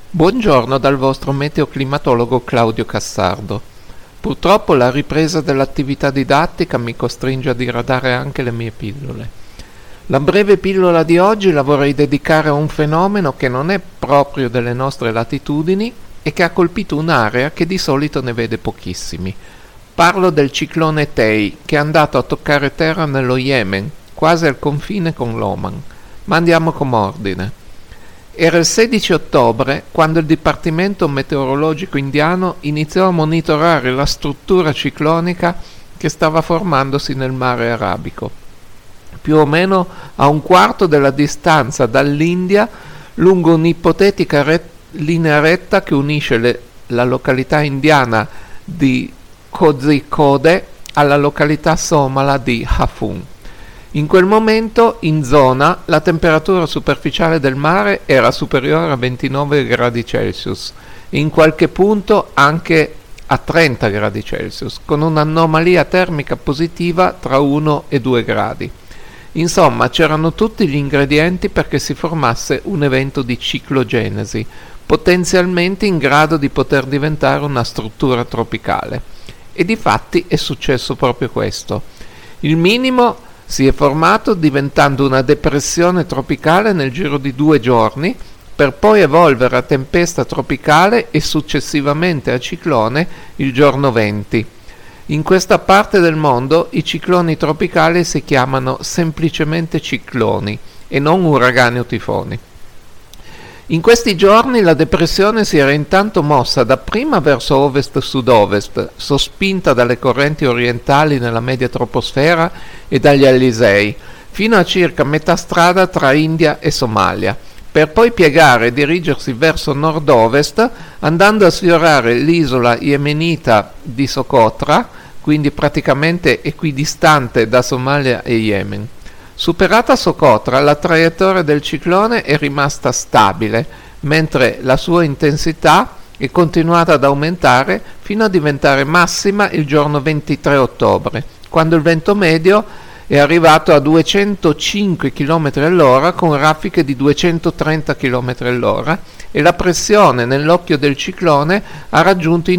Buongiorno dal vostro meteoclimatologo Claudio Cassardo. Purtroppo la ripresa dell'attività didattica mi costringe a diradare anche le mie pillole. La breve pillola di oggi la vorrei dedicare a un fenomeno che non è proprio delle nostre latitudini e che ha colpito un'area che di solito ne vede pochissimi. Parlo del ciclone Tei, che è andato a toccare terra nello Yemen, quasi al confine con l'Oman. Ma andiamo con ordine. Era il 16 ottobre quando il Dipartimento Meteorologico indiano iniziò a monitorare la struttura ciclonica che stava formandosi nel mare Arabico. Più o meno a un quarto della distanza dall'India, lungo un'ipotetica linea retta che unisce la località indiana di Kozhikode alla località somala di Hafun. In quel momento, in zona, la temperatura superficiale del mare era superiore a 29 gradi Celsius e in qualche punto anche a 30 gradi Celsius, con un'anomalia termica positiva tra 1 e 2 gradi. Insomma, c'erano tutti gli ingredienti perché si formasse un evento di ciclogenesi, potenzialmente in grado di poter diventare una struttura tropicale. E difatti è successo proprio questo. Il minimo si è formato diventando una depressione tropicale nel giro di 2 giorni, per poi evolvere a tempesta tropicale e successivamente a ciclone il giorno 20. In questa parte del mondo i cicloni tropicali si chiamano semplicemente cicloni e non uragani o tifoni. In questi giorni la depressione si era intanto mossa dapprima verso ovest-sud-ovest, sospinta dalle correnti orientali nella media troposfera e dagli Alisei, fino a circa metà strada tra India e Somalia, per poi piegare e dirigersi verso nord-ovest, andando a sfiorare l'isola yemenita di Socotra, quindi praticamente equidistante da Somalia e Yemen. Superata Socotra, la traiettoria del ciclone è rimasta stabile, mentre la sua intensità è continuata ad aumentare fino a diventare massima il giorno 23 ottobre, quando il vento medio è arrivato a 205 km all'ora con raffiche di 230 km all'ora e la pressione nell'occhio del ciclone ha raggiunto i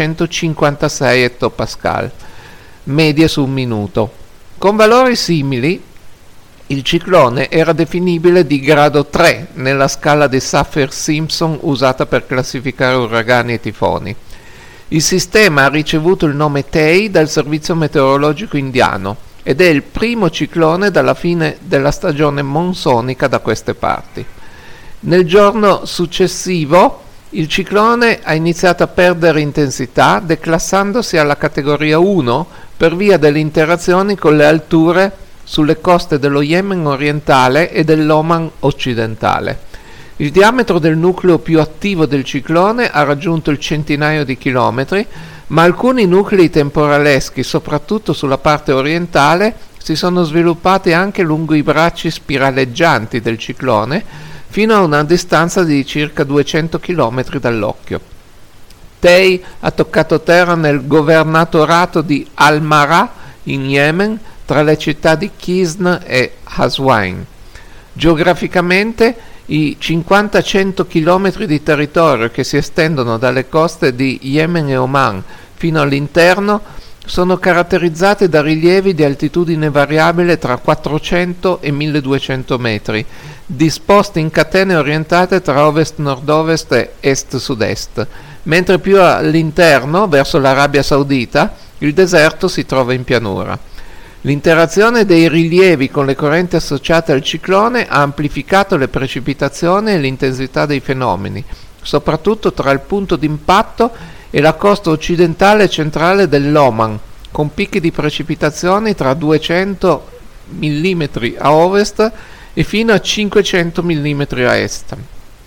956 ettopascal, medie su un minuto. Con valori simili, il ciclone era definibile di grado 3 nella scala di Saffir-Simpson usata per classificare uragani e tifoni. Il sistema ha ricevuto il nome Tei dal servizio meteorologico indiano ed è il primo ciclone dalla fine della stagione monsonica da queste parti. Nel giorno successivo il ciclone ha iniziato a perdere intensità, declassandosi alla categoria 1 per via delle interazioni con le alture sulle coste dello Yemen orientale e dell'Oman occidentale. Il diametro del nucleo più attivo del ciclone ha raggiunto il centinaio di chilometri, ma alcuni nuclei temporaleschi, soprattutto sulla parte orientale, si sono sviluppati anche lungo i bracci spiraleggianti del ciclone, fino a una distanza di circa 200 km dall'occhio. Tei ha toccato terra nel governatorato di Al-Mar'a in Yemen, tra le città di Qisn e Haswain. Geograficamente i 50-100 km di territorio che si estendono dalle coste di Yemen e Oman fino all'interno sono caratterizzati da rilievi di altitudine variabile tra 400 e 1200 metri, disposti in catene orientate tra ovest-nord-ovest e est-sud-est, mentre più all'interno, verso l'Arabia Saudita, il deserto si trova in pianura. L'interazione dei rilievi con le correnti associate al ciclone ha amplificato le precipitazioni e l'intensità dei fenomeni, soprattutto tra il punto d'impatto e la costa occidentale e centrale dell'Oman, con picchi di precipitazioni tra 200 mm a ovest e fino a 500 mm a est.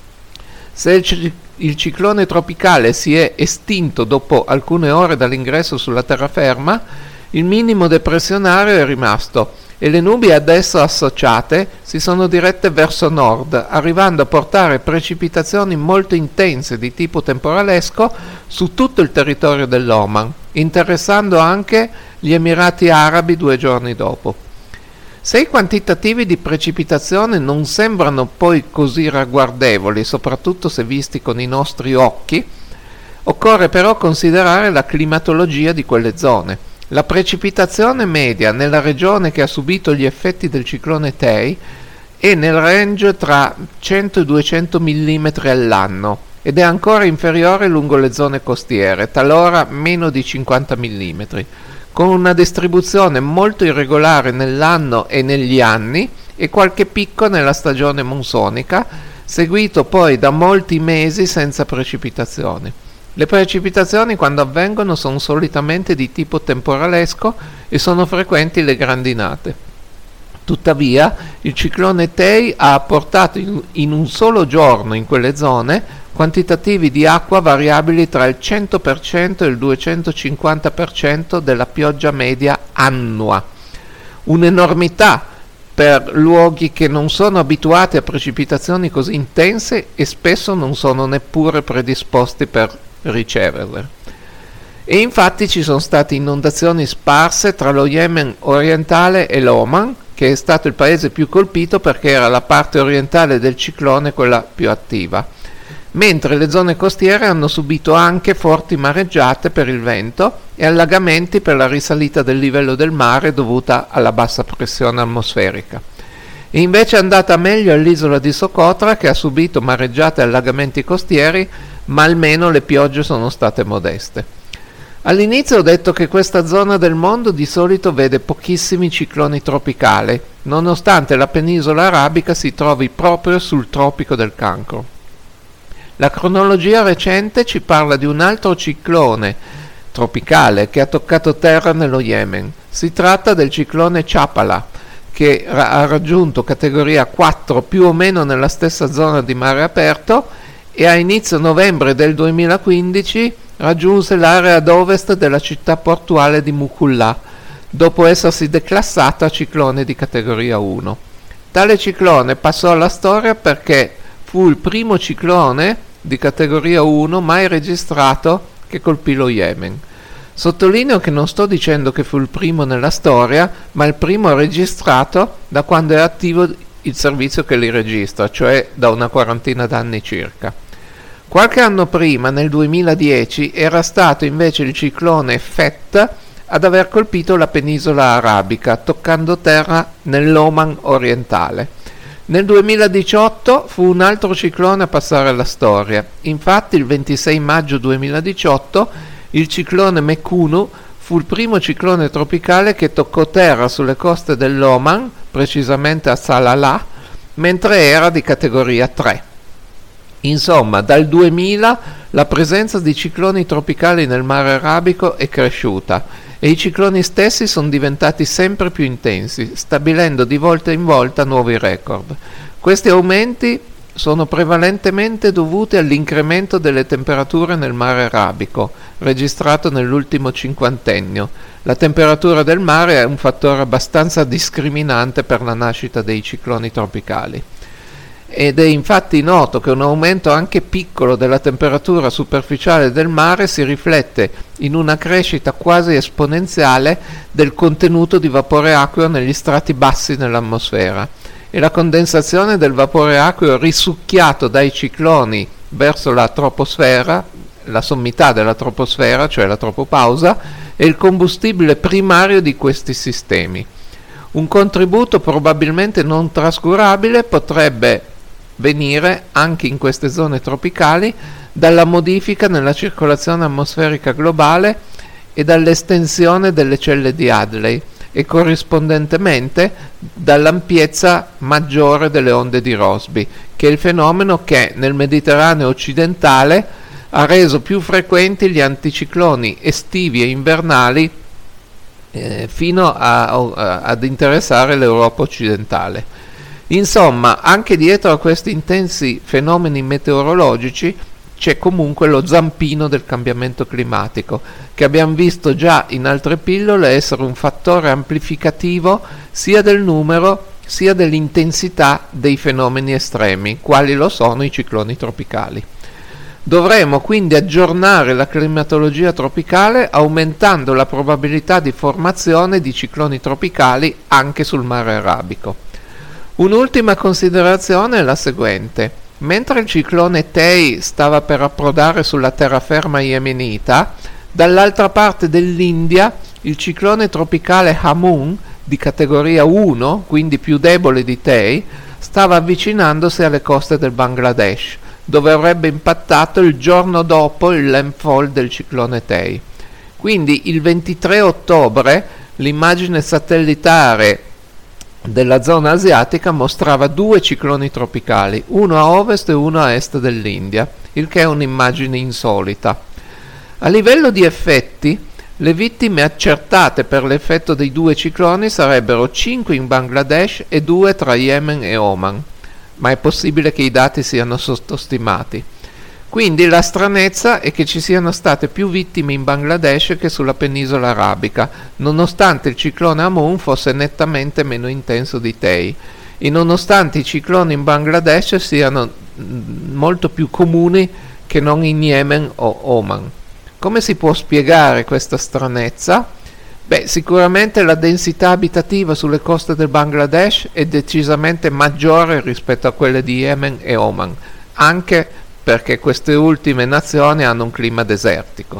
Se il ciclone tropicale si è estinto dopo alcune ore dall'ingresso sulla terraferma, il minimo depressionario è rimasto e le nubi ad esso associate si sono dirette verso nord, arrivando a portare precipitazioni molto intense di tipo temporalesco su tutto il territorio dell'Oman, interessando anche gli Emirati Arabi 2 giorni dopo. Se i quantitativi di precipitazione non sembrano poi così ragguardevoli, soprattutto se visti con i nostri occhi, occorre però considerare la climatologia di quelle zone. La precipitazione media nella regione che ha subito gli effetti del ciclone Tei è nel range tra 100 e 200 mm all'anno ed è ancora inferiore lungo le zone costiere, talora meno di 50 mm, con una distribuzione molto irregolare nell'anno e negli anni e qualche picco nella stagione monsonica, seguito poi da molti mesi senza precipitazioni. Le precipitazioni, quando avvengono, sono solitamente di tipo temporalesco e sono frequenti le grandinate. Tuttavia, il ciclone Tei ha portato in un solo giorno in quelle zone quantitativi di acqua variabili tra il 100% e il 250% della pioggia media annua. Un'enormità per luoghi che non sono abituati a precipitazioni così intense e spesso non sono neppure predisposti per riceverle. E infatti ci sono state inondazioni sparse tra lo Yemen orientale e l'Oman, che è stato il paese più colpito perché era la parte orientale del ciclone quella più attiva, mentre le zone costiere hanno subito anche forti mareggiate per il vento e allagamenti per la risalita del livello del mare dovuta alla bassa pressione atmosferica. E invece è andata meglio all'isola di Socotra, che ha subito mareggiate e allagamenti costieri, ma almeno le piogge sono state modeste. All'inizio ho detto che questa zona del mondo di solito vede pochissimi cicloni tropicali, nonostante la penisola arabica si trovi proprio sul tropico del Cancro. La cronologia recente ci parla di un altro ciclone tropicale che ha toccato terra nello Yemen. Si tratta del ciclone Chapala, che ha raggiunto categoria 4 più o meno nella stessa zona di mare aperto e a inizio novembre del 2015 raggiunse l'area ad ovest della città portuale di Mukullah, dopo essersi declassato a ciclone di categoria 1. Tale ciclone passò alla storia perché fu il primo ciclone di categoria 1 mai registrato che colpì lo Yemen. Sottolineo che non sto dicendo che fu il primo nella storia, ma il primo registrato da quando è attivo il servizio che li registra, cioè da una quarantina d'anni circa. Qualche anno prima, nel 2010, era stato invece il ciclone Fett ad aver colpito la penisola arabica, toccando terra nell'Oman orientale. Nel 2018 fu un altro ciclone a passare alla storia. Infatti, il 26 maggio 2018, il ciclone Mekunu fu il primo ciclone tropicale che toccò terra sulle coste dell'Oman, precisamente a Salalah, mentre era di categoria 3. Insomma, dal 2000 la presenza di cicloni tropicali nel mare arabico è cresciuta e i cicloni stessi sono diventati sempre più intensi, stabilendo di volta in volta nuovi record. Questi aumenti sono prevalentemente dovuti all'incremento delle temperature nel mare arabico, registrato nell'ultimo cinquantennio. La temperatura del mare è un fattore abbastanza discriminante per la nascita dei cicloni tropicali. Ed è infatti noto che un aumento anche piccolo della temperatura superficiale del mare si riflette in una crescita quasi esponenziale del contenuto di vapore acqueo negli strati bassi dell'atmosfera e la condensazione del vapore acqueo risucchiato dai cicloni verso la troposfera, la sommità della troposfera, cioè la tropopausa, è il combustibile primario di questi sistemi. Un contributo probabilmente non trascurabile potrebbe venire anche in queste zone tropicali dalla modifica nella circolazione atmosferica globale e dall'estensione delle celle di Hadley e corrispondentemente dall'ampiezza maggiore delle onde di Rossby, che è il fenomeno che nel Mediterraneo occidentale ha reso più frequenti gli anticicloni estivi e invernali fino ad interessare l'Europa occidentale. Insomma, anche dietro a questi intensi fenomeni meteorologici c'è comunque lo zampino del cambiamento climatico, che abbiamo visto già in altre pillole essere un fattore amplificativo sia del numero sia dell'intensità dei fenomeni estremi, quali lo sono i cicloni tropicali. Dovremo quindi aggiornare la climatologia tropicale aumentando la probabilità di formazione di cicloni tropicali anche sul mare Arabico. Un'ultima considerazione è la seguente. Mentre il ciclone Tei stava per approdare sulla terraferma yemenita, dall'altra parte dell'India il ciclone tropicale Hamoon di categoria 1, quindi più debole di Tei, stava avvicinandosi alle coste del Bangladesh, dove avrebbe impattato il giorno dopo il landfall del ciclone Tei. Quindi il 23 ottobre l'immagine satellitare della zona asiatica mostrava 2 cicloni tropicali, uno a ovest e uno a est dell'India, il che è un'immagine insolita. A livello di effetti, le vittime accertate per l'effetto dei 2 cicloni sarebbero 5 in Bangladesh e 2 tra Yemen e Oman, ma è possibile che i dati siano sottostimati. Quindi la stranezza è che ci siano state più vittime in Bangladesh che sulla penisola arabica, nonostante il ciclone Hamoon fosse nettamente meno intenso di Tei, e nonostante i cicloni in Bangladesh siano molto più comuni che non in Yemen o Oman. Come si può spiegare questa stranezza? Sicuramente la densità abitativa sulle coste del Bangladesh è decisamente maggiore rispetto a quelle di Yemen e Oman, anche perché queste ultime nazioni hanno un clima desertico.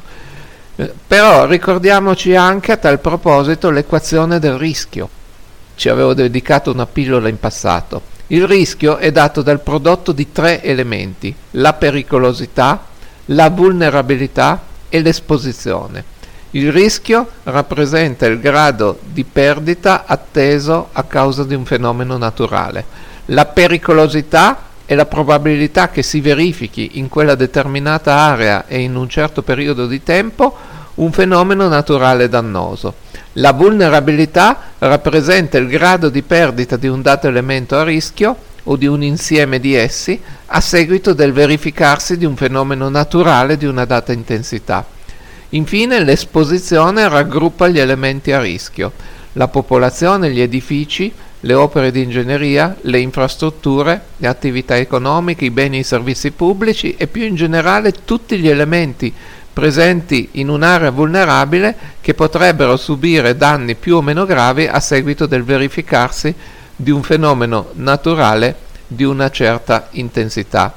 Però ricordiamoci anche a tal proposito l'equazione del rischio. Ci avevo dedicato una pillola in passato. Il rischio è dato dal prodotto di 3 elementi: la pericolosità, la vulnerabilità e l'esposizione. Il rischio rappresenta il grado di perdita atteso a causa di un fenomeno naturale. La pericolosità è la probabilità che si verifichi in quella determinata area e in un certo periodo di tempo un fenomeno naturale dannoso. La vulnerabilità rappresenta il grado di perdita di un dato elemento a rischio o di un insieme di essi a seguito del verificarsi di un fenomeno naturale di una data intensità. Infine, l'esposizione raggruppa gli elementi a rischio: la popolazione, gli edifici, le opere di ingegneria, le infrastrutture, le attività economiche, i beni e i servizi pubblici e più in generale tutti gli elementi presenti in un'area vulnerabile che potrebbero subire danni più o meno gravi a seguito del verificarsi di un fenomeno naturale di una certa intensità.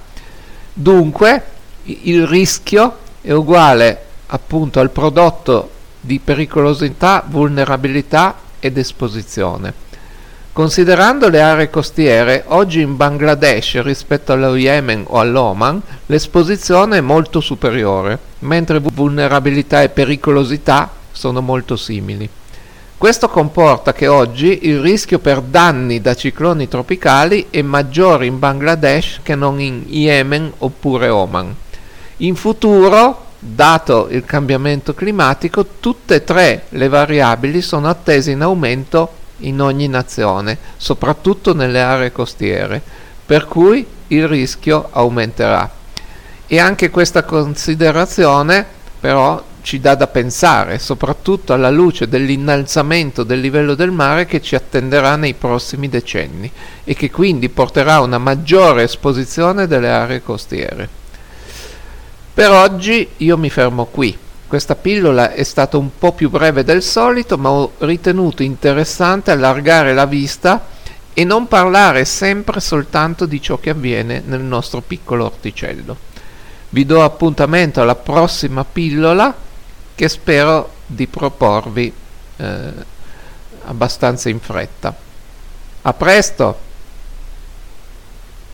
Dunque, il rischio è uguale appunto al prodotto di pericolosità, vulnerabilità ed esposizione. Considerando le aree costiere, oggi in Bangladesh rispetto allo Yemen o all'Oman l'esposizione è molto superiore, mentre vulnerabilità e pericolosità sono molto simili. Questo comporta che oggi il rischio per danni da cicloni tropicali è maggiore in Bangladesh che non in Yemen oppure Oman. In futuro, dato il cambiamento climatico, tutte e 3 le variabili sono attese in aumento in ogni nazione, soprattutto nelle aree costiere, per cui il rischio aumenterà. E anche questa considerazione però ci dà da pensare, soprattutto alla luce dell'innalzamento del livello del mare che ci attenderà nei prossimi decenni e che quindi porterà a una maggiore esposizione delle aree costiere. Per oggi io mi fermo qui. Questa pillola è stata un po' più breve del solito, ma ho ritenuto interessante allargare la vista e non parlare sempre soltanto di ciò che avviene nel nostro piccolo orticello. Vi do appuntamento alla prossima pillola che spero di proporvi abbastanza in fretta. A presto!